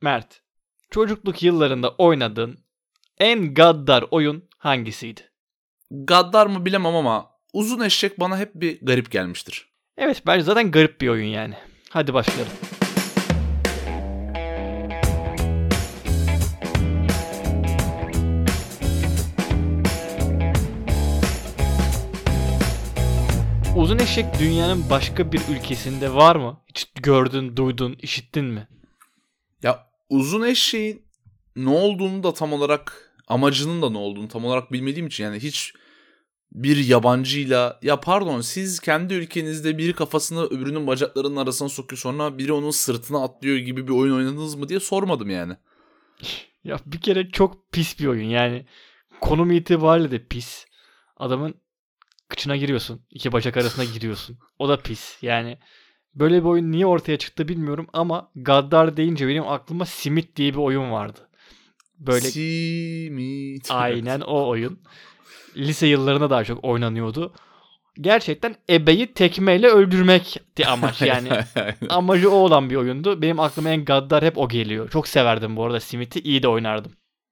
Mert, çocukluk yıllarında oynadığın en gaddar oyun hangisiydi? Gaddar mı bilemem ama uzun eşek bana hep bir garip gelmiştir. Evet, bence zaten garip bir oyun yani. Hadi başlayalım. Uzun eşek dünyanın başka bir ülkesinde var mı? Hiç gördün, duydun, işittin mi? Ya uzun eşeğin ne olduğunu da tam olarak, amacının da ne olduğunu tam olarak bilmediğim için yani hiç bir yabancıyla ya pardon siz kendi ülkenizde biri kafasını öbürünün bacaklarının arasına sokuyor sonra biri onun sırtına atlıyor gibi bir oyun oynadınız mı diye sormadım yani. Ya bir kere çok pis bir oyun yani. Konum itibariyle de pis. Adamın kıçına giriyorsun. İki bacak arasına giriyorsun. O da pis. Yani böyle bir oyun niye ortaya çıktı bilmiyorum ama Gaddar deyince benim aklıma Simit diye bir oyun vardı. Böyle Simit. aynen o oyun. Lise yıllarında daha çok oynanıyordu. Gerçekten ebeyi tekmeyle öldürmekti amaç yani. Amacı o olan bir oyundu. Benim aklıma en gaddar hep o geliyor. Çok severdim bu arada Simit'i. İyi de oynardım.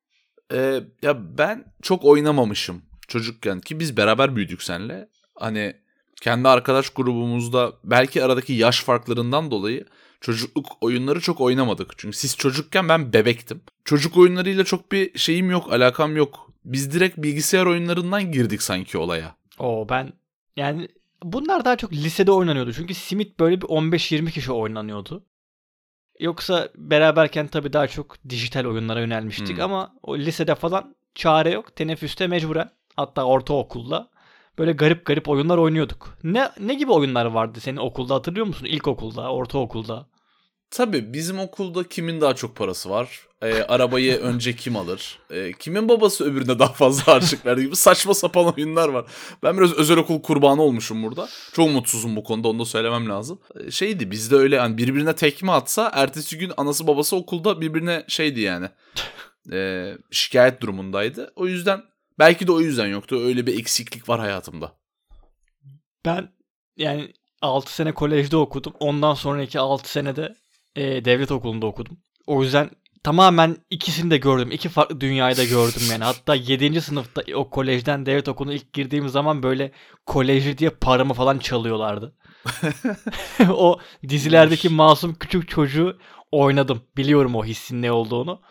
Ya ben çok oynamamışım çocukken ki biz beraber büyüdük seninle. Hani kendi arkadaş grubumuzda belki aradaki yaş farklarından dolayı çocukluk oyunları çok oynamadık. Çünkü siz çocukken ben bebektim. Çocuk oyunlarıyla çok bir şeyim yok, alakam yok. Biz direkt bilgisayar oyunlarından girdik sanki olaya. Ben yani bunlar daha çok lisede oynanıyordu. Çünkü Simit böyle bir 15-20 kişi oynanıyordu. Yoksa beraberken tabii daha çok dijital oyunlara yönelmiştik ama o lisede falan çare yok. Teneffüste mecburen, hatta ortaokulda böyle garip garip oyunlar oynuyorduk. Ne gibi oyunlar vardı senin okulda, hatırlıyor musun? İlkokulda, ortaokulda. Tabii bizim okulda kimin daha çok parası var? Arabayı önce kim alır? Kimin babası öbürüne daha fazla harçlık verdi gibi saçma sapan oyunlar var. Ben biraz özel okul kurbanı olmuşum burada. Çok mutsuzum bu konuda, onu da söylemem lazım. Şeydi bizde öyle yani birbirine tekme atsa ertesi gün anası babası okulda birbirine şeydi yani. Şikayet durumundaydı. O yüzden belki de o yüzden yoktu. Öyle bir eksiklik var hayatımda. Ben yani 6 sene kolejde okudum. Ondan sonraki 6 senede devlet okulunda okudum. O yüzden tamamen ikisini de gördüm. İki farklı dünyayı da gördüm yani. Hatta 7. sınıfta o kolejden devlet okuluna ilk girdiğim zaman böyle kolejci diye paramı falan çalıyorlardı. O dizilerdeki masum küçük çocuğu oynadım. Biliyorum o hissin ne olduğunu.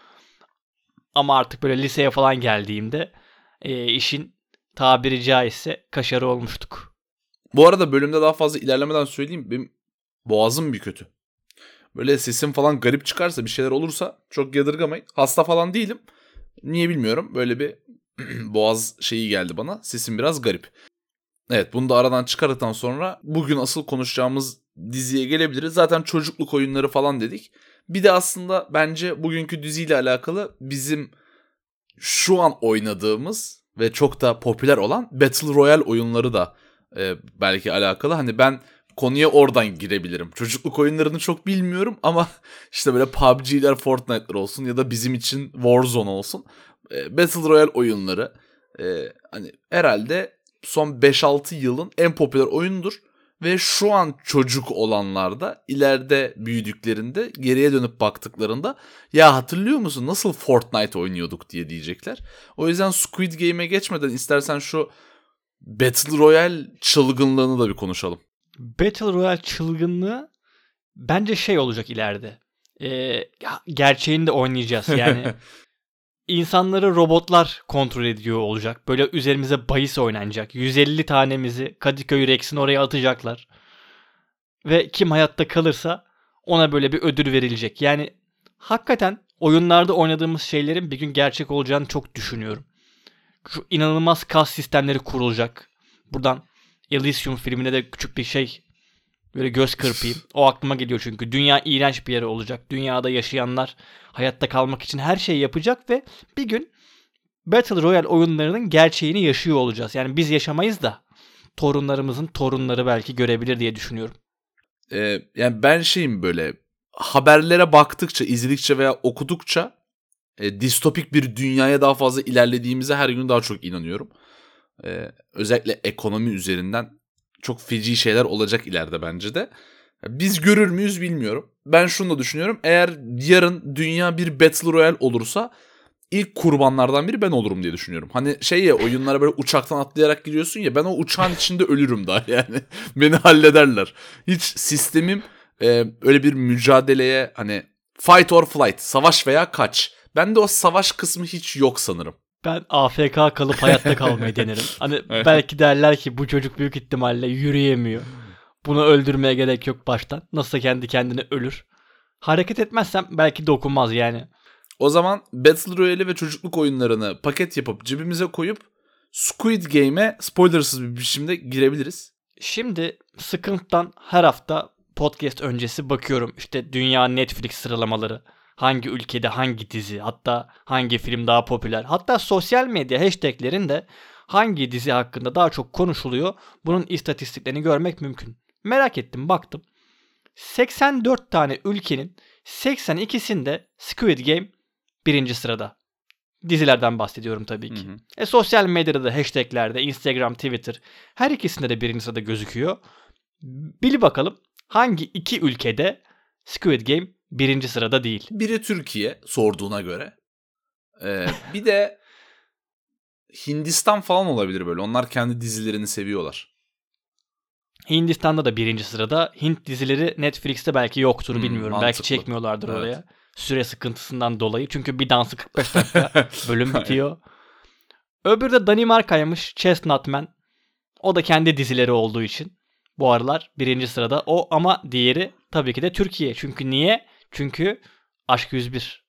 Ama artık böyle liseye falan geldiğimde işin tabiri caizse kaşarı olmuştuk. Bu arada bölümde daha fazla ilerlemeden söyleyeyim. Benim boğazım bir kötü. Böyle sesim falan garip çıkarsa, bir şeyler olursa çok yadırgamayın. Hasta falan değilim. Niye bilmiyorum. Böyle bir boğaz şeyi geldi bana. Sesim biraz garip. Evet, bunu da aradan çıkardıktan sonra bugün asıl konuşacağımız diziye gelebiliriz. Zaten çocukluk oyunları falan dedik. Bir de aslında bence bugünkü diziyle alakalı bizim şu an oynadığımız ve çok da popüler olan Battle Royale oyunları da belki alakalı. Hani ben konuya oradan girebilirim. Çocukluk oyunlarını çok bilmiyorum ama işte böyle PUBG'ler, Fortnite'lar olsun ya da bizim için Warzone olsun. Battle Royale oyunları hani herhalde son 5-6 yılın en popüler oyunudur. Ve şu an çocuk olanlar da ileride büyüdüklerinde geriye dönüp baktıklarında ya hatırlıyor musun nasıl Fortnite oynuyorduk diye diyecekler. O yüzden Squid Game'e geçmeden istersen şu Battle Royale çılgınlığını da bir konuşalım. Battle Royale çılgınlığı bence şey olacak ileride. Gerçeğini de oynayacağız yani. İnsanları robotlar kontrol ediyor olacak. Böyle üzerimize bahis oynanacak. 150 tanemizi Kadıköy Rex'in oraya atacaklar. Ve kim hayatta kalırsa ona böyle bir ödül verilecek. Yani hakikaten oyunlarda oynadığımız şeylerin bir gün gerçek olacağını çok düşünüyorum. Şu inanılmaz kas sistemleri kurulacak. Buradan Elysium filmine de küçük bir şey böyle göz kırpayım. O aklıma geliyor çünkü. Dünya iğrenç bir yer olacak. Dünyada yaşayanlar hayatta kalmak için her şeyi yapacak ve bir gün Battle Royale oyunlarının gerçeğini yaşıyor olacağız. Yani biz yaşamayız da torunlarımızın torunları belki görebilir diye düşünüyorum. Yani ben şeyim böyle haberlere baktıkça, izledikçe veya okudukça distopik bir dünyaya daha fazla ilerlediğimize her gün daha çok inanıyorum. Özellikle ekonomi üzerinden çok feci şeyler olacak ileride bence de. Biz görür müyüz bilmiyorum. ben şunu da düşünüyorum. Eğer yarın dünya bir Battle Royale olursa ilk kurbanlardan biri ben olurum diye düşünüyorum. Hani şey ya, oyunlara böyle uçaktan atlayarak giriyorsun ya, ben o uçağın içinde ölürüm daha yani. Beni hallederler. Hiç sistemim öyle bir mücadeleye, hani fight or flight, savaş veya kaç. Bende o savaş kısmı hiç yok sanırım. Ben AFK kalıp hayatta kalmayı denerim. Hani belki derler ki bu çocuk büyük ihtimalle yürüyemiyor. Bunu öldürmeye gerek yok baştan. Nasıl kendi kendine ölür. Hareket etmezsem belki dokunmaz yani. O zaman Battle Royale ve çocukluk oyunlarını paket yapıp cebimize koyup Squid Game'e spoilersız bir biçimde girebiliriz. Şimdi sıkıntıdan her hafta podcast öncesi bakıyorum. İşte dünya Netflix sıralamaları. Hangi ülkede hangi dizi, hatta hangi film daha popüler. Hatta sosyal medya hashtaglerinde hangi dizi hakkında daha çok konuşuluyor. Bunun istatistiklerini görmek mümkün. Merak ettim, baktım. 84 tane ülkenin 82'sinde Squid Game birinci sırada. Dizilerden bahsediyorum tabii ki. Sosyal medyada da hashtaglerde Instagram, Twitter her ikisinde de birinci sırada gözüküyor. Bil bakalım hangi iki ülkede Squid Game birinci sırada değil? Biri Türkiye sorduğuna göre. Bir de Hindistan falan olabilir böyle. Onlar kendi dizilerini seviyorlar. Hindistan'da da birinci sırada. Hint dizileri Netflix'te belki yoktur, bilmiyorum. Mantıklı. Belki çekmiyorlardır Evet. oraya. Süre sıkıntısından dolayı. Çünkü bir dansı 45 dakika bölüm bitiyor. Öbürü de Danimarka'ymış. Chestnut Man. O da kendi dizileri olduğu için bu aralar birinci sırada. O, ama diğeri tabii ki de Türkiye. Çünkü niye? Çünkü Aşk 101.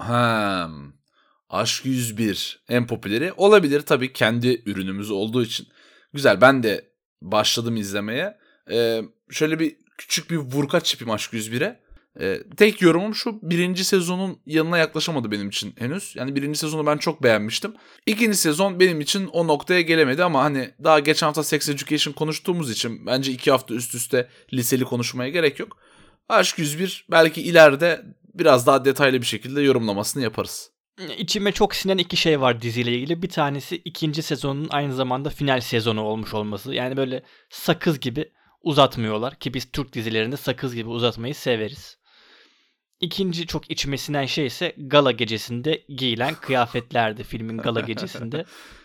Aşk 101 en popüleri olabilir tabii, kendi ürünümüz olduğu için. Güzel, ben de başladım izlemeye. Şöyle bir küçük bir vurkaç yapayım Aşk 101'e. Tek yorumum şu: birinci sezonun yanına yaklaşamadı benim için henüz. Yani birinci sezonu ben çok beğenmiştim. İkinci sezon benim için o noktaya gelemedi ama hani daha geçen hafta Sex Education konuştuğumuz için bence 2 hafta üst üste liseli konuşmaya gerek yok. Aşk 101 belki ileride biraz daha detaylı bir şekilde yorumlamasını yaparız. İçime çok sinen iki şey var diziyle ilgili. Bir tanesi ikinci sezonun aynı zamanda final sezonu olmuş olması. Yani böyle sakız gibi uzatmıyorlar ki biz Türk dizilerinde sakız gibi uzatmayı severiz. İkinci çok içime sinen şey ise gala gecesinde giyilen kıyafetlerdi, filmin gala gecesinde.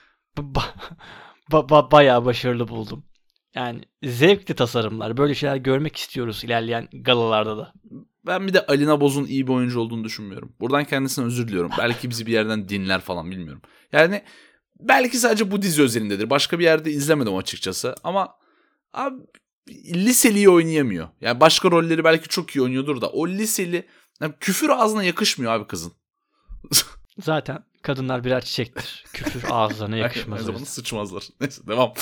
Bayağı başarılı buldum. Yani zevkli tasarımlar. Böyle şeyler görmek istiyoruz ilerleyen galalarda da. Ben bir de Alina Boz'un iyi bir oyuncu olduğunu düşünmüyorum. Buradan kendisine özür diliyorum. Belki bizi bir yerden dinler falan, bilmiyorum. Yani belki sadece bu dizi özelindedir. Başka bir yerde izlemedim açıkçası. Ama abi, liseliyi oynayamıyor. Yani başka rolleri belki çok iyi oynuyordur da o liseli, yani küfür ağzına yakışmıyor abi kızın. Zaten kadınlar birer çiçektir. Küfür ağızlarına yakışmaz. Her zaman sıçmazlar. Neyse, devam.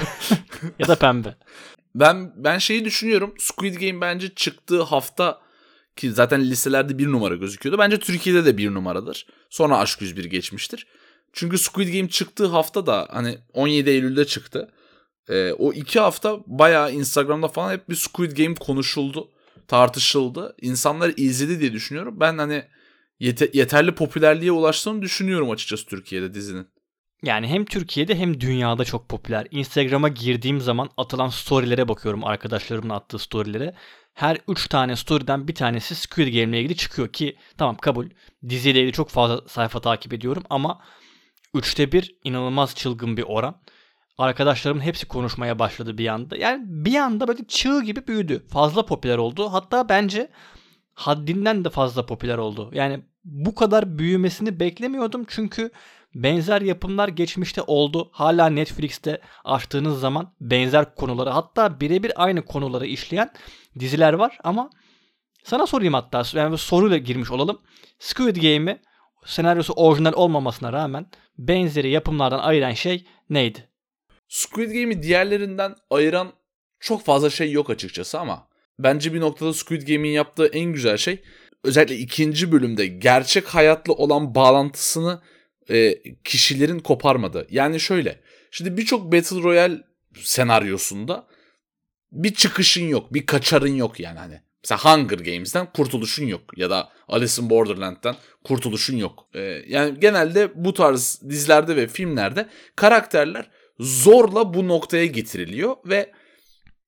Ya da pembe. Ben şeyi düşünüyorum. Squid Game bence çıktığı hafta, ki zaten listelerde 1 numara gözüküyordu. Bence Türkiye'de de 1 numaradır. Sonra Aşk 101 geçmiştir. Çünkü Squid Game çıktığı hafta da hani 17 Eylül'de çıktı. O 2 hafta bayağı Instagram'da falan hep bir Squid Game konuşuldu. Tartışıldı. İnsanlar izledi diye düşünüyorum. Ben hani yeterli popülerliğe ulaştığını düşünüyorum açıkçası Türkiye'de dizinin. Yani hem Türkiye'de hem dünyada çok popüler. Instagram'a girdiğim zaman atılan storylere bakıyorum, arkadaşlarımın attığı storylere. Her 3 tane story'den bir tanesi Squid Game ile ilgili çıkıyor ki tamam, kabul. Diziyle ilgili çok fazla sayfa takip ediyorum ama 3'te 1 inanılmaz çılgın bir oran. Arkadaşlarımın hepsi konuşmaya başladı bir anda. Yani bir anda böyle çığ gibi büyüdü. Fazla popüler oldu. Hatta bence haddinden de fazla popüler oldu. Yani bu kadar büyümesini beklemiyordum çünkü benzer yapımlar geçmişte oldu. Hala Netflix'te açtığınız zaman benzer konuları, hatta birebir aynı konuları işleyen diziler var ama sana sorayım, hatta yani soruyla girmiş olalım. Squid Game'i senaryosu orijinal olmamasına rağmen benzeri yapımlardan ayıran şey neydi? Squid Game'i diğerlerinden ayıran çok fazla şey yok açıkçası ama bence bir noktada Squid Game'in yaptığı en güzel şey, özellikle ikinci bölümde gerçek hayatla olan bağlantısını kişilerin koparmadı. Yani şöyle, şimdi birçok Battle Royale senaryosunda bir çıkışın yok, bir kaçarın yok yani hani. Mesela Hunger Games'ten kurtuluşun yok ya da Alice in Borderland'den kurtuluşun yok. Yani genelde bu tarz dizilerde ve filmlerde karakterler zorla bu noktaya getiriliyor ve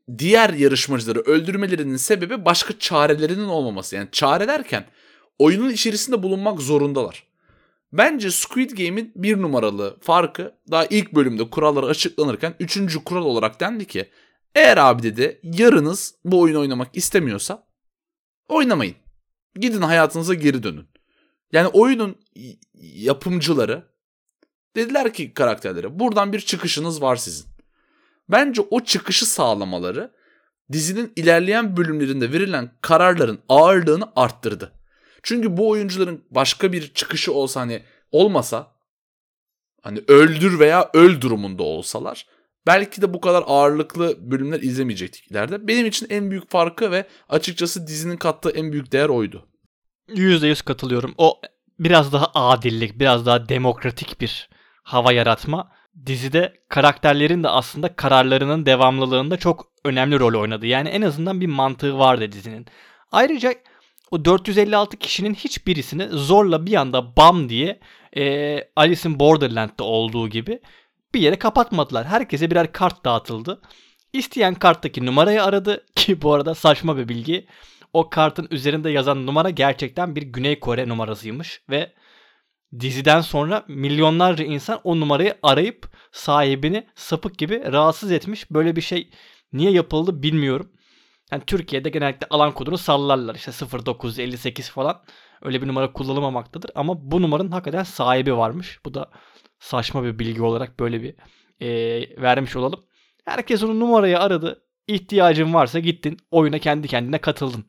diğer yarışmacıları öldürmelerinin sebebi başka çarelerinin olmaması. Yani çare derken oyunun içerisinde bulunmak zorundalar. Bence Squid Game'in bir numaralı farkı daha ilk bölümde kuralları açıklanırken 3. kural olarak dendi ki eğer abi dedi yarınız bu oyunu oynamak istemiyorsa oynamayın. Gidin hayatınıza geri dönün. Yani oyunun yapımcıları dediler ki karakterlere buradan bir çıkışınız var sizin. Bence o çıkışı sağlamaları dizinin ilerleyen bölümlerinde verilen kararların ağırlığını arttırdı. Çünkü bu oyuncuların başka bir çıkışı olsa hani olmasa hani öldür veya öl durumunda olsalar belki de bu kadar ağırlıklı bölümler izlemeyecektik ileride. Benim için en büyük farkı ve açıkçası dizinin kattığı en büyük değer oydu. %100 katılıyorum. O biraz daha adillik, biraz daha demokratik bir hava yaratma. Dizide karakterlerin de aslında kararlarının devamlılığında çok önemli rol oynadı. Yani en azından bir mantığı vardı dizinin. Ayrıca o 456 kişinin hiçbirisini zorla bir anda bam diye Alice in Borderland'da olduğu gibi bir yere kapatmadılar. Herkese birer kart dağıtıldı. İsteyen karttaki numarayı aradı ki bu arada saçma bir bilgi. O kartın üzerinde yazan numara gerçekten bir Güney Kore numarasıymış ve diziden sonra milyonlarca insan o numarayı arayıp sahibini sapık gibi rahatsız etmiş. Böyle bir şey niye yapıldı bilmiyorum. Yani Türkiye'de genellikle alan kodunu sallarlar. İşte 0958 falan öyle bir numara kullanılmamaktadır. Ama bu numaranın hakikaten sahibi varmış. Bu da saçma bir bilgi olarak böyle bir vermiş olalım. Herkes onun numarayı aradı. İhtiyacın varsa gittin oyuna kendi kendine katıldın.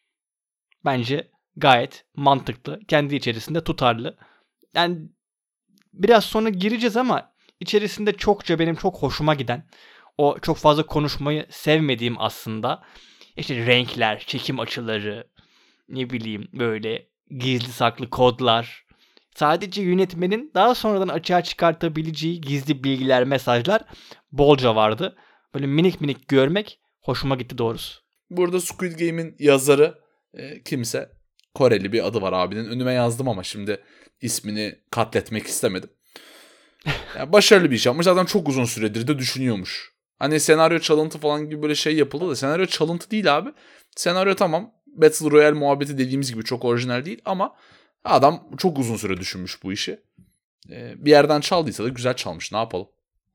Bence gayet mantıklı. Kendi içerisinde tutarlı. Yani biraz sonra gireceğiz ama içerisinde çokça benim çok hoşuma giden, o çok fazla konuşmayı sevmediğim aslında işte renkler, çekim açıları, ne bileyim böyle gizli saklı kodlar, sadece yönetmenin daha sonradan açığa çıkartabileceği gizli bilgiler, mesajlar bolca vardı. Böyle minik minik görmek hoşuma gitti doğrusu. Burada Squid Game'in yazarı kimse Koreli bir adı var abinin. Önüme yazdım ama şimdi ismini katletmek istemedim. Yani başarılı bir iş yapmış. Zaten çok uzun süredir de düşünüyormuş. Hani senaryo çalıntı falan gibi böyle şey yapıldı da senaryo çalıntı değil abi. Senaryo tamam. Battle Royale muhabbeti dediğimiz gibi çok orijinal değil ama adam çok uzun süre düşünmüş bu işi. Bir yerden çaldıysa da güzel çalmış. Ne yapalım?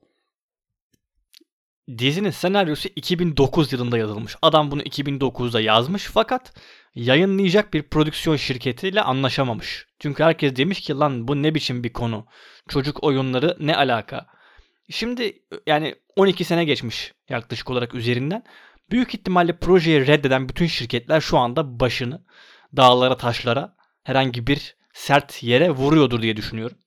Dizinin senaryosu 2009 yılında yazılmış. Adam bunu 2009'da yazmış fakat yayınlayacak bir prodüksiyon şirketiyle anlaşamamış. Çünkü herkes demiş ki lan bu ne biçim bir konu. Çocuk oyunları ne alaka? Şimdi yani 12 sene geçmiş yaklaşık olarak üzerinden. Büyük ihtimalle projeyi reddeden bütün şirketler şu anda başını dağlara taşlara herhangi bir sert yere vuruyordur diye düşünüyorum.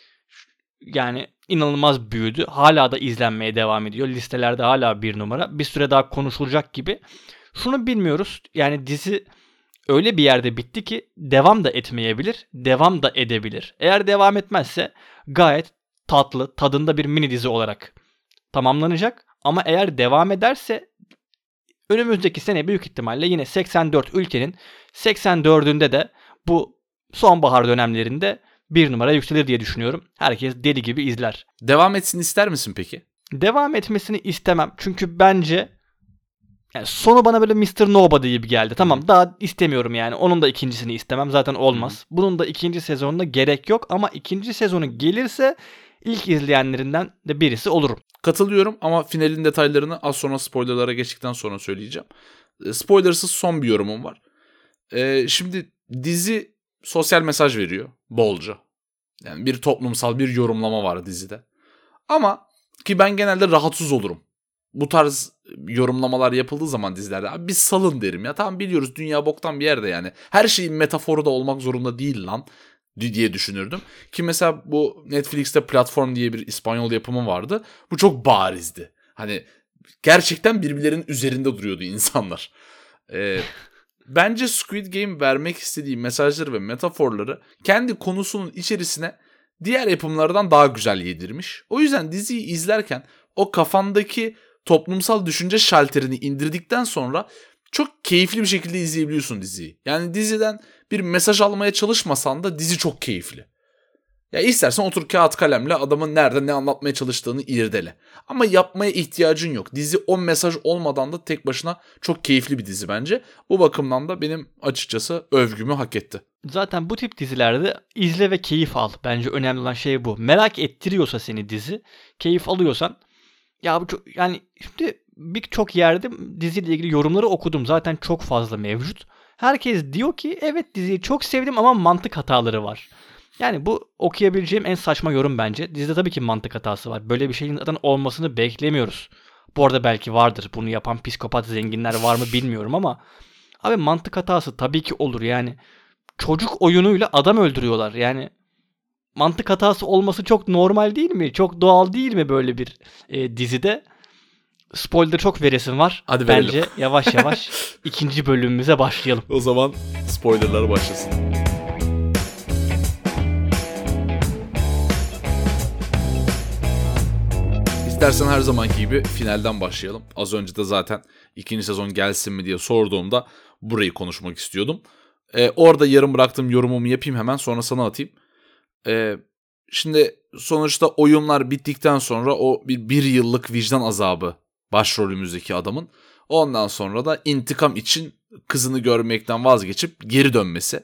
Yani inanılmaz büyüdü. Hala da izlenmeye devam ediyor. Listelerde hala bir numara. Bir süre daha konuşulacak gibi. Şunu bilmiyoruz. Yani dizi öyle bir yerde bitti ki devam da etmeyebilir. Devam da edebilir. Eğer devam etmezse gayet tatlı, tadında bir mini dizi olarak tamamlanacak. Ama eğer devam ederse önümüzdeki sene büyük ihtimalle yine 84 ülkenin 84'ünde de bu sonbahar dönemlerinde bir numara yükselir diye düşünüyorum. Herkes deli gibi izler. Devam etsin ister misin peki? Devam etmesini istemem. Çünkü bence yani sonu bana böyle Mr. Nobody gibi geldi. Tamam daha istemiyorum yani. Onun da ikincisini istemem. Zaten olmaz. Bunun da ikinci sezonuna gerek yok. Ama ikinci sezonu gelirse ilk izleyenlerinden de birisi olurum. Katılıyorum ama finalin detaylarını az sonra spoilerlara geçtikten sonra söyleyeceğim. Spoilersız son bir yorumum var. Şimdi dizi sosyal mesaj veriyor bolca. Yani bir toplumsal bir yorumlama var dizide. Ama ki ben genelde rahatsız olurum. Bu tarz yorumlamalar yapıldığı zaman dizilerde abi biz salın derim ya. Tamam biliyoruz dünya boktan bir yerde yani. Her şeyin metaforu da olmak zorunda değil lan diye düşünürdüm. Ki mesela bu Netflix'te Platform diye bir İspanyol yapımı vardı. Bu çok barizdi. Hani gerçekten birbirlerinin üzerinde duruyordu insanlar. Bence Squid Game vermek istediği mesajları ve metaforları kendi konusunun içerisine diğer yapımlardan daha güzel yedirmiş. O yüzden diziyi izlerken o kafandaki toplumsal düşünce şalterini indirdikten sonra çok keyifli bir şekilde izleyebiliyorsun diziyi. Yani diziden bir mesaj almaya çalışmasan da dizi çok keyifli. Ya istersen otur kağıt kalemle adamın nerede ne anlatmaya çalıştığını irdele. Ama yapmaya ihtiyacın yok. Dizi o mesaj olmadan da tek başına çok keyifli bir dizi bence. Bu bakımdan da benim açıkçası övgümü hak etti. Zaten bu tip dizilerde izle ve keyif al. Bence önemli olan şey bu. Merak ettiriyorsa seni dizi, keyif alıyorsan, ya bu çok, yani şimdi birçok yerde diziyle ilgili yorumları okudum. Zaten çok fazla mevcut. Herkes diyor ki evet diziyi çok sevdim ama mantık hataları var. Yani bu okuyabileceğim en saçma yorum bence. Dizide tabii ki mantık hatası var. Böyle bir şeyin zaten olmasını beklemiyoruz. Bu arada belki vardır. Bunu yapan psikopat zenginler var mı bilmiyorum ama abi mantık hatası tabii ki olur yani. Çocuk oyunuyla adam öldürüyorlar. Yani mantık hatası olması çok normal değil mi? Çok doğal değil mi böyle bir dizide? Spoiler çok veresim var. Hadi verelim. Bence yavaş yavaş ikinci bölümümüze başlayalım. O zaman spoilerlar başlasın. İstersen her zamanki gibi finalden başlayalım. Az önce de zaten ikinci sezon gelsin mi diye sorduğumda burayı konuşmak istiyordum. Orada yarım bıraktığım yorumumu yapayım hemen sonra sana atayım. Şimdi sonuçta oyunlar bittikten sonra o bir yıllık vicdan azabı başrolümüzdeki adamın. Ondan sonra da intikam için kızını görmekten vazgeçip geri dönmesi.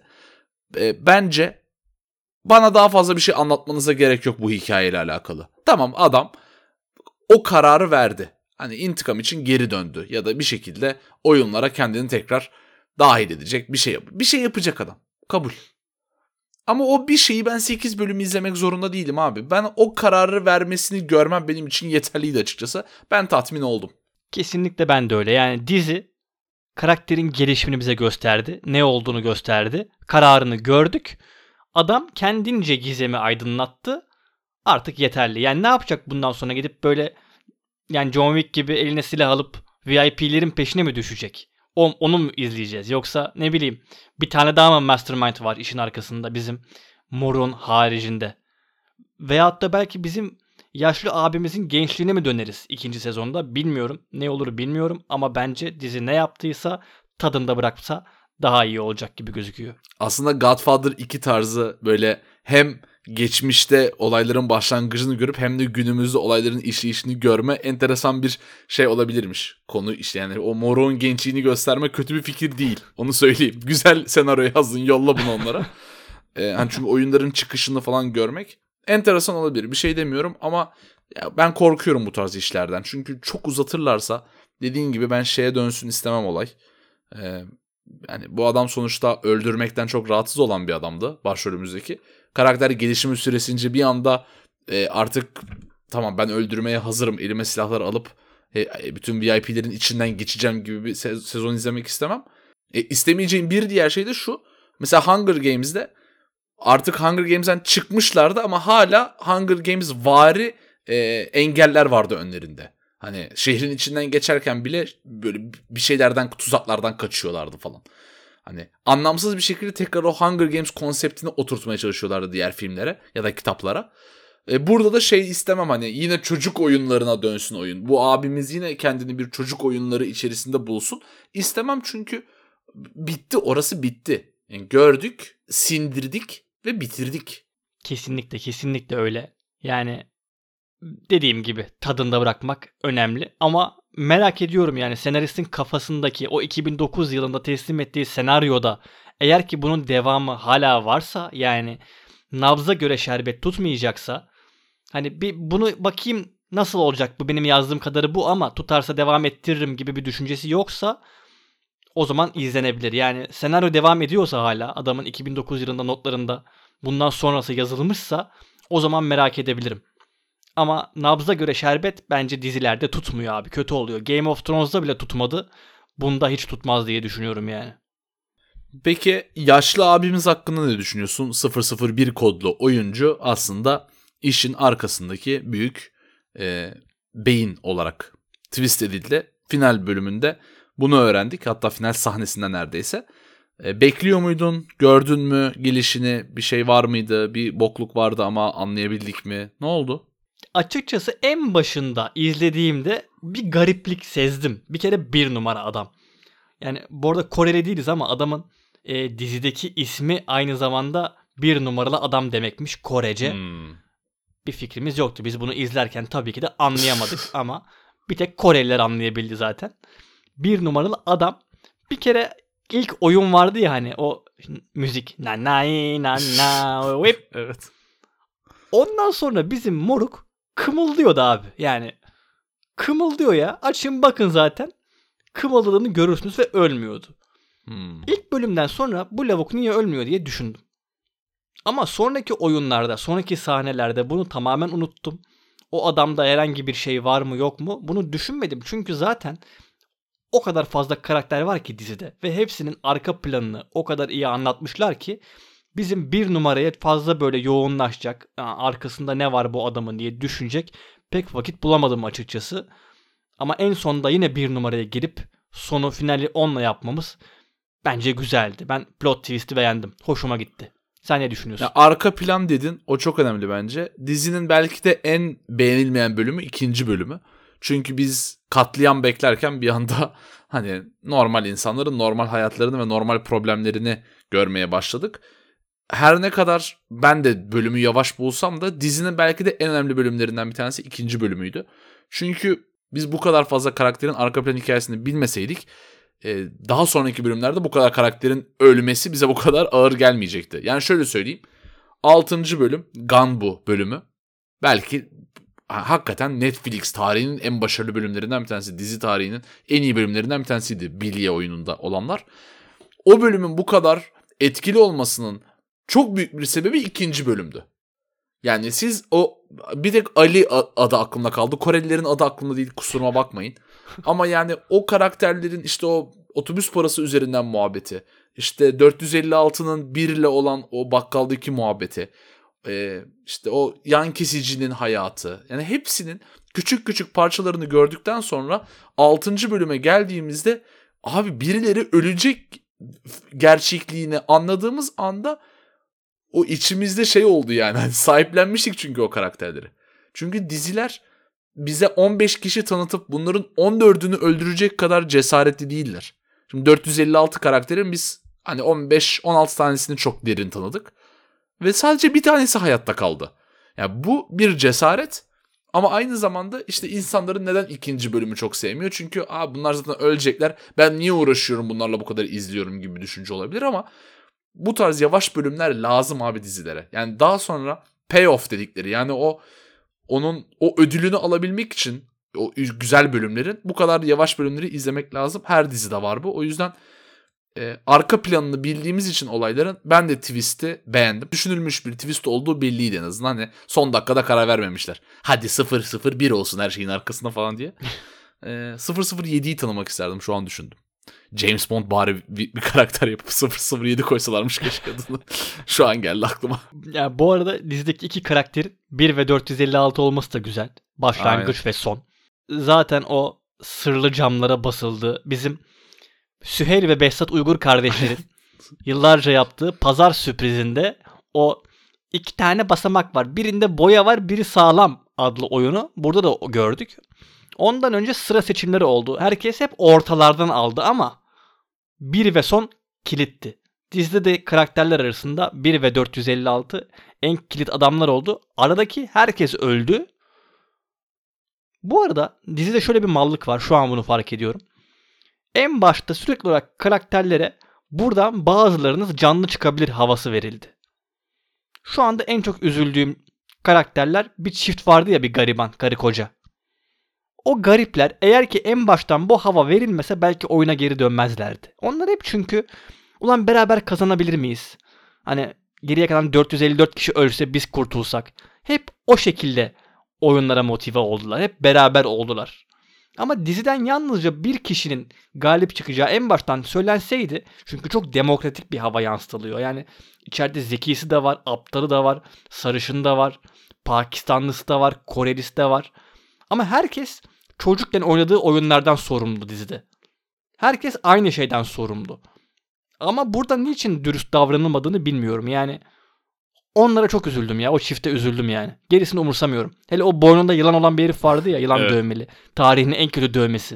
Bence bana daha fazla bir şey anlatmanıza gerek yok bu hikayeyle alakalı. Tamam adam o kararı verdi. Hani intikam için geri döndü ya da bir şekilde oyunlara kendini tekrar dahil edecek bir şey yapacak adam. Kabul. Ama o bir şeyi ben 8 bölüm izlemek zorunda değilim abi. Ben o kararı vermesini görmem benim için yeterliydi açıkçası. Ben tatmin oldum. Kesinlikle ben de öyle. Yani dizi karakterin gelişimini bize gösterdi. Ne olduğunu gösterdi. Kararını gördük. Adam kendince gizemi aydınlattı. Artık yeterli. Yani ne yapacak bundan sonra gidip böyle yani John Wick gibi eline silah alıp VIP'lerin peşine mi düşecek? Onu mu izleyeceğiz? Yoksa ne bileyim bir tane daha mı mastermind var işin arkasında bizim morun haricinde? Veyahut da belki bizim yaşlı abimizin gençliğine mi döneriz ikinci sezonda? Bilmiyorum. Ne olur bilmiyorum ama bence dizi ne yaptıysa tadında bıraksa daha iyi olacak gibi gözüküyor. Aslında Godfather 2 tarzı böyle hem geçmişte olayların başlangıcını görüp hem de günümüzde olayların işleyişini görme enteresan bir şey olabilirmiş. Konu işte yani o morun gençliğini gösterme kötü bir fikir değil. Onu söyleyeyim. Güzel senaryo yazdın, yolla bunu onlara. Hani çünkü oyunların çıkışını falan görmek enteresan olabilir. Bir şey demiyorum ama ya ben korkuyorum bu tarz işlerden. Çünkü çok uzatırlarsa dediğin gibi ben şeye dönsün istemem olay. Yani bu adam sonuçta öldürmekten çok rahatsız olan bir adamdı başrolümüzdeki. Karakter gelişimi süresince bir anda artık tamam ben öldürmeye hazırım elime silahları alıp bütün VIP'lerin içinden geçeceğim gibi bir sezon izlemek istemem. İstemeyeceğim bir diğer şey de şu. Mesela Hunger Games'de artık Hunger Games'den çıkmışlardı ama hala Hunger Games vari engeller vardı önlerinde. Hani şehrin içinden geçerken bile böyle bir şeylerden, tuzaklardan kaçıyorlardı falan. Hani anlamsız bir şekilde tekrar o Hunger Games konseptini oturtmaya çalışıyorlardı diğer filmlere ya da kitaplara. Burada da şey istemem hani yine çocuk oyunlarına dönsün oyun. Bu abimiz yine kendini bir çocuk oyunları içerisinde bulsun. İstemem çünkü bitti, orası bitti. Yani gördük, sindirdik ve bitirdik. Kesinlikle öyle. Yani dediğim gibi tadında bırakmak önemli ama merak ediyorum yani senaristin kafasındaki o 2009 yılında teslim ettiği senaryoda eğer ki bunun devamı hala varsa yani nabza göre şerbet tutmayacaksa hani bir bunu bakayım nasıl olacak bu benim yazdığım kadarı bu ama tutarsa devam ettiririm gibi bir düşüncesi yoksa o zaman izlenebilir. Yani senaryo devam ediyorsa hala adamın 2009 yılında notlarında bundan sonrası yazılmışsa o zaman merak edebilirim. Ama nabza göre şerbet bence dizilerde tutmuyor abi. Kötü oluyor. Game of Thrones'da bile tutmadı. Bunda hiç tutmaz diye düşünüyorum yani. Peki yaşlı abimiz hakkında ne düşünüyorsun? 001 kodlu oyuncu aslında işin arkasındaki büyük beyin olarak twist edildi. Final bölümünde bunu öğrendik. Hatta final sahnesinde neredeyse. Bekliyor muydun? Gördün mü gelişini? Bir şey var mıydı? Bir bokluk vardı ama anlayabildik mi? Ne oldu? Açıkçası en başında izlediğimde bir gariplik sezdim. Bir kere bir numara adam. Yani bu arada Koreli değiliz ama adamın dizideki ismi aynı zamanda bir numaralı adam demekmiş Korece. Bir fikrimiz yoktu. Biz bunu izlerken tabii ki de anlayamadık ama bir tek Koreliler anlayabildi zaten. Bir numaralı adam. Bir kere ilk oyun vardı ya hani o müzik. Na na na na whip. Evet. Ondan sonra bizim moruk kımıldıyordu abi. Yani kımıldıyor ya. Açın bakın zaten. Kımıldadığını görürsünüz ve ölmüyordu. İlk bölümden sonra bu lavuk niye ölmüyor diye düşündüm. Ama sonraki oyunlarda, sonraki sahnelerde bunu tamamen unuttum. O adamda herhangi bir şey var mı yok mu bunu düşünmedim. Çünkü zaten o kadar fazla karakter var ki dizide. Ve hepsinin arka planını o kadar iyi anlatmışlar ki bizim bir numaraya fazla böyle yoğunlaşacak, arkasında ne var bu adamın diye düşünecek pek vakit bulamadım açıkçası. Ama en sonunda yine bir numaraya girip sonu finali onunla yapmamız bence güzeldi. Ben plot twist'i beğendim. Hoşuma gitti. Sen ne düşünüyorsun? Ya arka plan dedin. O çok önemli bence. Dizinin belki de en beğenilmeyen bölümü 2. bölümü. Çünkü biz katliam beklerken bir anda hani normal insanların normal hayatlarını ve normal problemlerini görmeye başladık. Her ne kadar ben de bölümü yavaş bulsam da dizinin belki de en önemli bölümlerinden bir tanesi 2. bölümüydü. Çünkü biz bu kadar fazla karakterin arka plan hikayesini bilmeseydik daha sonraki bölümlerde bu kadar karakterin ölmesi bize bu kadar ağır gelmeyecekti. Yani şöyle söyleyeyim. 6. bölüm Ganbu bölümü belki hakikaten Netflix tarihinin en başarılı bölümlerinden bir tanesi. Dizi tarihinin en iyi bölümlerinden bir tanesiydi. Bilye oyununda olanlar. O bölümün bu kadar etkili olmasının çok büyük bir sebebi 2. bölümdü. Yani siz o bir tek Ali adı aklımda kaldı. Korelilerin adı aklımda değil, kusuruma bakmayın. Ama yani o karakterlerin işte o otobüs parası üzerinden muhabbeti, işte 456'nın 1 ile olan o bakkaldaki muhabbeti, işte o yan kesicinin hayatı. Yani hepsinin küçük küçük parçalarını gördükten sonra 6. bölüme geldiğimizde abi birileri ölecek gerçekliğini anladığımız anda o içimizde şey oldu yani. Hani sahiplenmiştik çünkü o karakterleri. Çünkü diziler bize 15 kişi tanıtıp bunların 14'ünü öldürecek kadar cesaretli değiller. Şimdi 456 karakterin biz hani 15-16 tanesini çok derin tanıdık. Ve sadece bir tanesi hayatta kaldı. Yani bu bir cesaret ama aynı zamanda işte insanların neden 2. bölümü çok sevmiyor? Çünkü bunlar zaten ölecekler. Ben niye uğraşıyorum bunlarla bu kadar izliyorum gibi bir düşünce olabilir ama bu tarz yavaş bölümler lazım abi dizilere. Yani daha sonra payoff dedikleri yani onun o ödülünü alabilmek için o güzel bölümlerin bu kadar yavaş bölümleri izlemek lazım. Her dizide var bu. O yüzden arka planını bildiğimiz için olayların ben de twist'i beğendim. Düşünülmüş bir twist olduğu belliydi en azından. Hani son dakikada karar vermemişler. Hadi 001 olsun her şeyin arkasında falan diye. 007'yi tanımak isterdim şu an düşündüm. James Bond bari bir karakter yapıp 007 koysalarmış keşke adını. Şu an geldi aklıma. Ya bu arada dizideki 2 karakterin 1 ve 456 olması da güzel. Başlangıç Aynen. Ve son. Zaten o sırlı camlara basıldı. Bizim Süheyl ve Behzat Uygur kardeşlerin yıllarca yaptığı pazar sürprizinde o 2 tane basamak var. Birinde boya var, biri sağlam adlı oyunu. Burada da gördük. Ondan önce sıra seçimleri oldu. Herkes hep ortalardan aldı ama 1 ve son kilitti. Dizide de karakterler arasında 1 ve 456 en kilit adamlar oldu. Aradaki herkes öldü. Bu arada dizide şöyle bir mallık var. Şu an bunu fark ediyorum. En başta sürekli olarak karakterlere buradan bazılarınız canlı çıkabilir havası verildi. Şu anda en çok üzüldüğüm karakterler bir çift vardı ya, bir gariban, karı koca. O garipler eğer ki en baştan bu hava verilmese belki oyuna geri dönmezlerdi. Onlar hep çünkü ulan beraber kazanabilir miyiz? Hani geriye kalan 454 kişi ölse biz kurtulsak. Hep o şekilde oyunlara motive oldular. Hep beraber oldular. Ama diziden yalnızca bir kişinin galip çıkacağı en baştan söylenseydi, çünkü çok demokratik bir hava yansıtılıyor. Yani içeride zekisi de var, aptalı da var, sarışını da var, Pakistanlısı da var, Korelisi de var. Ama herkes çocukken oynadığı oyunlardan sorumlu dizide. Herkes aynı şeyden sorumlu. Ama burada niçin dürüst davranılmadığını bilmiyorum. Yani onlara çok üzüldüm ya. O çifte üzüldüm yani. Gerisini umursamıyorum. Hele o boynunda yılan olan bir herif vardı ya. Yılan evet. Dövmeli. Tarihin en kötü dövmesi.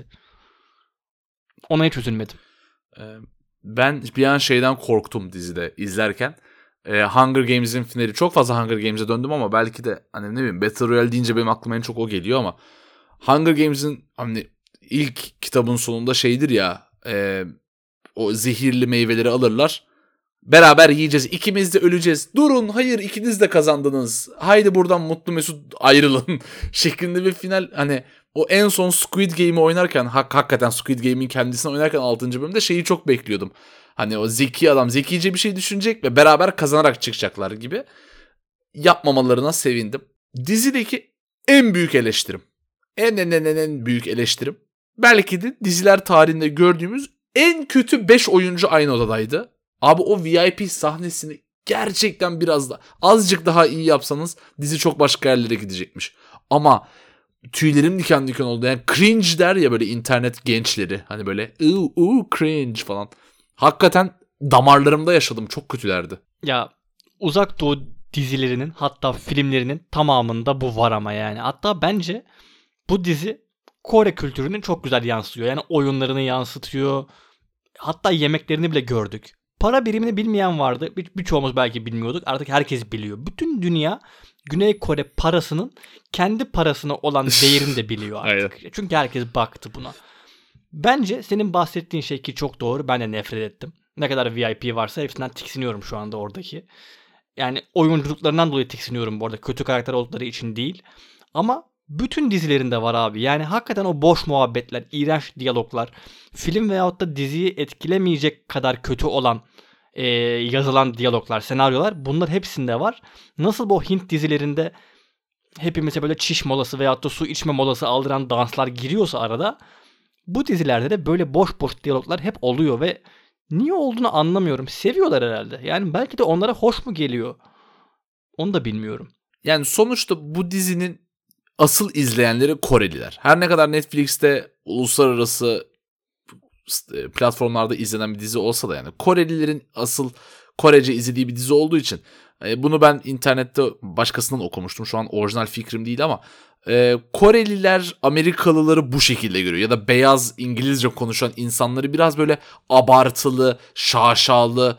Ona hiç üzülmedim. Ben bir an şeyden korktum dizide izlerken. Hunger Games'in finali. Çok fazla Hunger Games'e döndüm ama belki de hani ne bileyim Battle Royale deyince benim aklıma en çok o geliyor ama Hunger Games'in hani ilk kitabın sonunda şeydir ya, o zehirli meyveleri alırlar. Beraber yiyeceğiz. İkimiz de öleceğiz. Durun, hayır, ikiniz de kazandınız. Haydi buradan mutlu mesut ayrılın şeklinde bir final. Hani o en son Squid Game'i oynarken hakikaten Squid Game'in kendisini oynarken 6. bölümde şeyi çok bekliyordum. Hani o zeki adam zekice bir şey düşünecek ve beraber kazanarak çıkacaklar gibi. Yapmamalarına sevindim. Dizideki en büyük eleştirim. En büyük eleştirim. Belki de diziler tarihinde gördüğümüz en kötü 5 oyuncu aynı odadaydı. Abi o VIP sahnesini gerçekten biraz da azıcık daha iyi yapsanız dizi çok başka yerlere gidecekmiş. Ama tüylerim diken diken oldu. Yani cringe der ya böyle internet gençleri. Hani böyle cringe falan. Hakikaten damarlarımda yaşadım. Çok kötülerdi. Ya Uzak Doğu dizilerinin hatta filmlerinin tamamında bu var ama yani. Hatta bence bu dizi Kore kültürünü çok güzel yansıtıyor. Yani oyunlarını yansıtıyor. Hatta yemeklerini bile gördük. Para birimini bilmeyen vardı. Birçoğumuz belki bilmiyorduk. Artık herkes biliyor. Bütün dünya Güney Kore parasının kendi parasına olan değerini de biliyor artık. Çünkü herkes baktı buna. Bence senin bahsettiğin şey ki çok doğru. Ben de nefret ettim. Ne kadar VIP varsa hepsinden tiksiniyorum şu anda oradaki. Yani oyunculuklarından dolayı tiksiniyorum bu arada. Kötü karakter oldukları için değil. Ama bütün dizilerinde var abi. Yani hakikaten o boş muhabbetler, iğrenç diyaloglar, film veyahut da diziyi etkilemeyecek kadar kötü olan yazılan diyaloglar, senaryolar, bunlar hepsinde var. Nasıl bu Hint dizilerinde hepimize böyle çiş molası veyahut da su içme molası aldıran danslar giriyorsa arada, bu dizilerde de böyle boş boş diyaloglar hep oluyor ve niye olduğunu anlamıyorum. Seviyorlar herhalde. Yani belki de onlara hoş mu geliyor? Onu da bilmiyorum. Yani sonuçta bu dizinin asıl izleyenleri Koreliler. Her ne kadar Netflix'te uluslararası platformlarda izlenen bir dizi olsa da yani Korelilerin asıl Korece izlediği bir dizi olduğu için bunu ben internette başkasından okumuştum. Şu an orijinal fikrim değil ama Koreliler Amerikalıları bu şekilde görüyor. Ya da beyaz İngilizce konuşan insanları biraz böyle abartılı, şaşalı,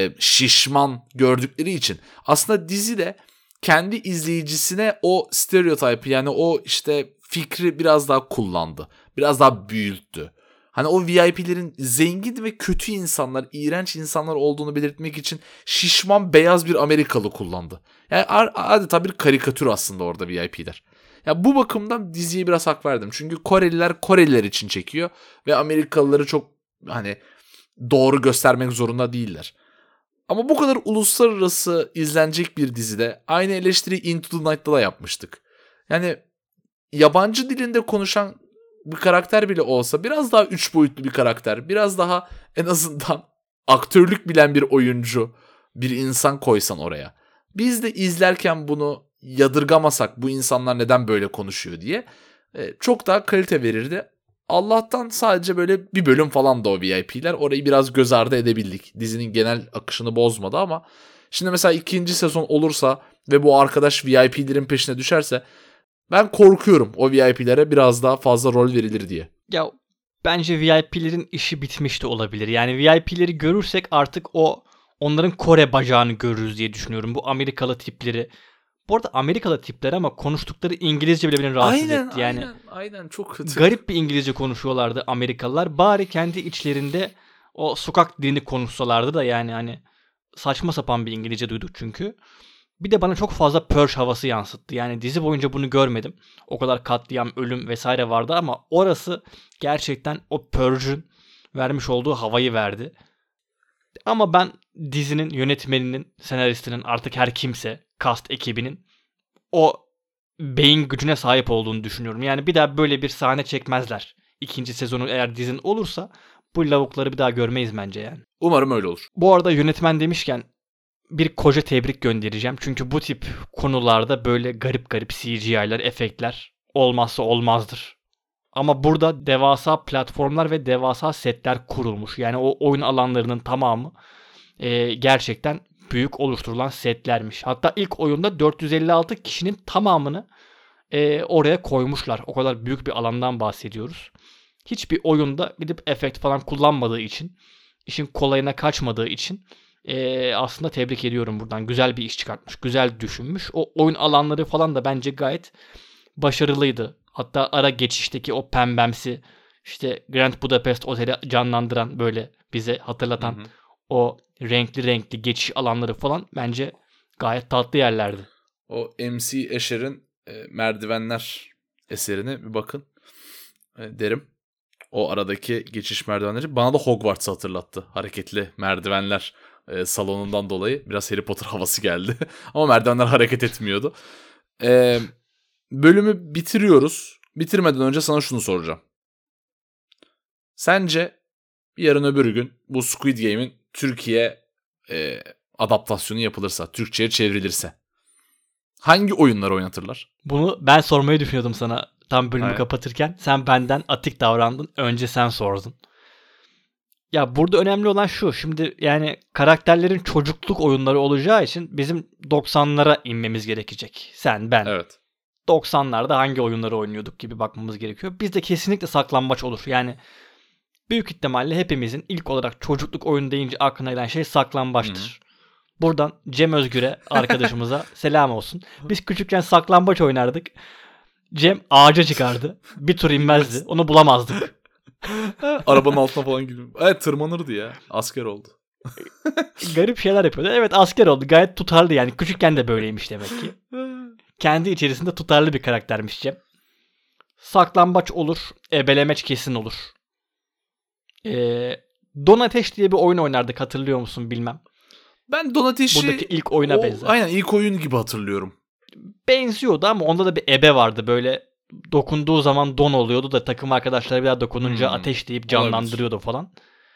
şişman gördükleri için aslında dizi de kendi izleyicisine o stereotipi, yani o işte fikri biraz daha kullandı. Biraz daha büyüttü. Hani o VIP'lerin zengin ve kötü insanlar, iğrenç insanlar olduğunu belirtmek için şişman beyaz bir Amerikalı kullandı. Yani adeta bir karikatür aslında orada VIP'ler. Ya bu bakımdan diziye biraz hak verdim. Çünkü Koreliler için çekiyor ve Amerikalıları çok hani doğru göstermek zorunda değiller. Ama bu kadar uluslararası izlenecek bir dizide aynı eleştiriyi Into the Night'ta da yapmıştık. Yani yabancı dilinde konuşan bir karakter bile olsa, biraz daha 3 boyutlu bir karakter, biraz daha en azından aktörlük bilen bir oyuncu, bir insan koysan oraya. Biz de izlerken bunu yadırgamasak, bu insanlar neden böyle konuşuyor diye çok daha kalite verirdi. Allah'tan sadece böyle bir bölüm falan da o VIP'ler. Orayı biraz göz ardı edebildik. Dizinin genel akışını bozmadı ama şimdi mesela 2. sezon olursa ve bu arkadaş VIP'lerin peşine düşerse ben korkuyorum o VIP'lere biraz daha fazla rol verilir diye. Ya bence VIP'lerin işi bitmiş de olabilir. Yani VIP'leri görürsek artık onların Kore bacağını görürüz diye düşünüyorum. Bu Amerikalı tipleri. Bu arada Amerikalı tipler ama konuştukları İngilizce bile beni rahatsız etti. Yani aynen çok kötü. Garip bir İngilizce konuşuyorlardı Amerikalılar. Bari kendi içlerinde o sokak dilini konuşsalardı da, yani hani saçma sapan bir İngilizce duyduk çünkü. Bir de bana çok fazla Purge havası yansıttı. Yani dizi boyunca bunu görmedim. O kadar katliam, ölüm vesaire vardı ama orası gerçekten o Purge'ün vermiş olduğu havayı verdi. Ama ben dizinin yönetmeninin, senaristinin, artık her kimse, cast ekibinin o beyin gücüne sahip olduğunu düşünüyorum. Yani bir daha böyle bir sahne çekmezler. 2. sezonu eğer dizin olursa bu lavukları bir daha görmeyiz bence yani. Umarım öyle olur. Bu arada yönetmen demişken bir koca tebrik göndereceğim. Çünkü bu tip konularda böyle garip garip CGI'ler, efektler olmazsa olmazdır. Ama burada devasa platformlar ve devasa setler kurulmuş. Yani o oyun alanlarının tamamı gerçekten büyük oluşturulan setlermiş. Hatta ilk oyunda 456 kişinin tamamını oraya koymuşlar. O kadar büyük bir alandan bahsediyoruz. Hiçbir oyunda gidip efekt falan kullanmadığı için, işin kolayına kaçmadığı için Aslında tebrik ediyorum buradan. Güzel bir iş çıkartmış. Güzel düşünmüş. O oyun alanları falan da bence gayet başarılıydı. Hatta ara geçişteki o pembemsi işte Grand Budapest Oteli canlandıran böyle bize hatırlatan o renkli renkli geçiş alanları falan bence gayet tatlı yerlerdi. O MC Escher'in merdivenler eserine bir bakın derim. O aradaki geçiş merdivenleri bana da Hogwarts'ı hatırlattı. Hareketli merdivenler salonundan dolayı biraz Harry Potter havası geldi. Ama merdivenler hareket etmiyordu. Bölümü bitiriyoruz. Bitirmeden önce sana şunu soracağım. Sence yarın öbür gün bu Squid Game'in Türkiye adaptasyonu yapılırsa, Türkçe'ye çevrilirse hangi oyunları oynatırlar? Bunu ben sormayı düşünüyordum sana tam bölümü Aynen. kapatırken. Sen benden atik davrandın. Önce sen sordun. Ya burada önemli olan şu. Şimdi yani karakterlerin çocukluk oyunları olacağı için bizim 90'lara inmemiz gerekecek. Sen, ben. Evet. 90'larda hangi oyunları oynuyorduk gibi bakmamız gerekiyor. Bizde kesinlikle saklambaç olur. Yani büyük ihtimalle hepimizin ilk olarak çocukluk oyunu deyince aklına gelen şey saklambaçtır. Buradan Cem Özgür'e arkadaşımıza selam olsun. Biz küçükken saklambaç oynardık. Cem ağaca çıkardı. Bir tur inmezdi. Onu bulamazdık. Arabanın altına falan gidiyor. Evet, tırmanırdı ya. Asker oldu. Garip şeyler yapıyordu. Evet, asker oldu. Gayet tutarlı yani. Küçükken de böyleymiş demek ki. Kendi içerisinde tutarlı bir karaktermiş Cem. Saklambaç olur. Ebelemeç kesin olur. Don Ateş diye bir oyun oynardık, hatırlıyor musun bilmem. Ben Don Ateş'i buradaki ilk oyuna benzer. Aynen ilk oyun gibi hatırlıyorum. Benziyordu ama onda da bir ebe vardı. Böyle dokunduğu zaman don oluyordu da takım arkadaşları bir daha dokununca ateş deyip canlandırıyordu olabilir falan.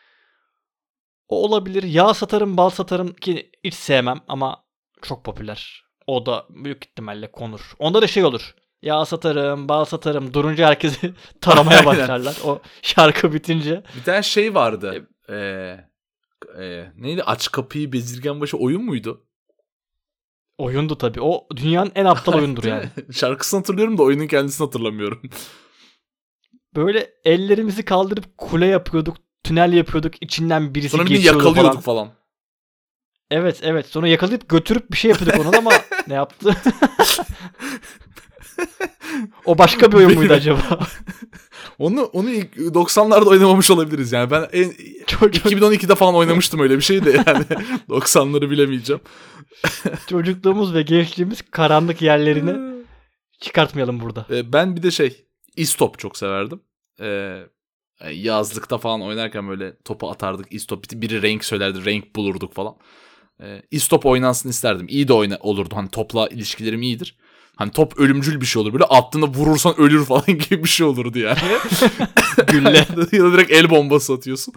O olabilir. Yağ satarım, bal satarım ki hiç sevmem ama çok popüler. O da büyük ihtimalle konur. Onda da şey olur. Yağ satarım, bal satarım. Durunca herkesi taramaya başlarlar. O şarkı bitince. Bir tane şey vardı. Neydi? Aç kapıyı bezirganbaşı oyun muydu? Oyundu tabii. O dünyanın en aptal oyundur yani. Şarkısını hatırlıyorum da oyunun kendisini hatırlamıyorum. Böyle ellerimizi kaldırıp kule yapıyorduk. Tünel yapıyorduk. İçinden birisi sonra geçiyordu falan. Sonra yakalıyorduk falan. Evet. Sonra yakalayıp götürüp bir şey yapıyorduk onun ama ne yaptı? O başka bir oyun muydu acaba? Onu 90'larda oynamamış olabiliriz yani. Ben 2012'de falan oynamıştım öyle bir şey de yani. 90'ları bilemeyeceğim. Çocukluğumuz ve gençliğimiz karanlık yerlerini çıkartmayalım burada. Ben bir de İstop çok severdim. Yazlıkta falan oynarken böyle topu atardık. İstop biri renk söylerdi. Renk bulurduk falan. İstop oynansın isterdim. İyi de olurdu. Hani topla ilişkilerim iyidir. Hani top ölümcül bir şey olur. Böyle attığında vurursan ölür falan gibi bir şey olurdu yani. Gülle. Ya da direkt el bombası atıyorsun.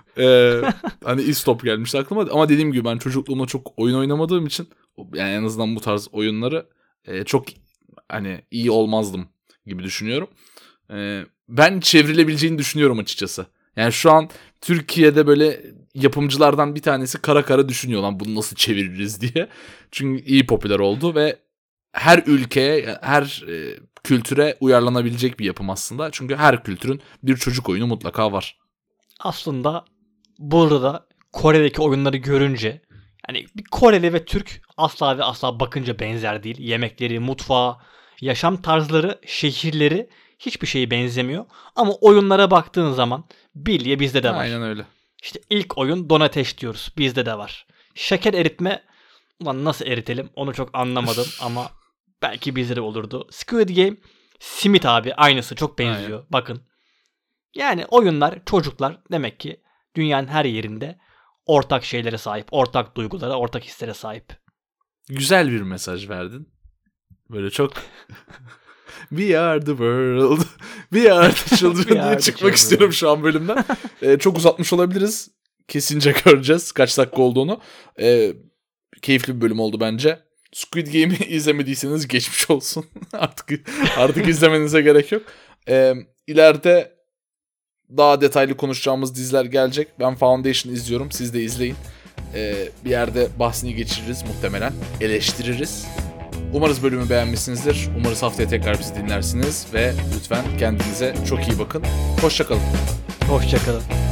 Hani İstop gelmişti aklıma. Ama dediğim gibi ben çocukluğumda çok oyun oynamadığım için yani en azından bu tarz oyunları çok hani iyi olmazdım gibi düşünüyorum. Ben çevrilebileceğini düşünüyorum açıkçası. Yani şu an Türkiye'de böyle yapımcılardan bir tanesi kara kara düşünüyor lan bunu nasıl çeviririz diye. Çünkü iyi popüler oldu ve her ülkeye, her kültüre uyarlanabilecek bir yapım aslında. Çünkü her kültürün bir çocuk oyunu mutlaka var. Aslında burada Kore'deki oyunları görünce yani bir Koreli ve Türk asla ve asla bakınca benzer değil. Yemekleri, mutfağı, yaşam tarzları, şehirleri hiçbir şeye benzemiyor. Ama oyunlara baktığın zaman bilye bizde de var. Aynen öyle. İşte ilk oyun Don Ateş diyoruz. Bizde de var. Şeker eritme, ulan nasıl eritelim onu çok anlamadım ama belki bizde de olurdu. Squid Game, simit abi aynısı, çok benziyor. Aynen. Bakın. Yani oyunlar, çocuklar demek ki dünyanın her yerinde ortak şeylere sahip, ortak duygulara, ortak hislere sahip. Güzel bir mesaj verdin. Böyle çok We are the world. We are the children diye çıkmak istiyorum şu an bölümden. Çok uzatmış olabiliriz. Kesince göreceğiz kaç dakika olduğunu. Keyifli bir bölüm oldu bence. Squid Game'i izlemediyseniz geçmiş olsun. artık izlemenize gerek yok. İleride daha detaylı konuşacağımız diziler gelecek. Ben Foundation izliyorum. Siz de izleyin. Bir yerde bahsini geçiririz muhtemelen. Eleştiririz. Umarız bölümü beğenmişsinizdir. Umarız haftaya tekrar bizi dinlersiniz. Ve lütfen kendinize çok iyi bakın. Hoşça kalın. Hoşça kalın.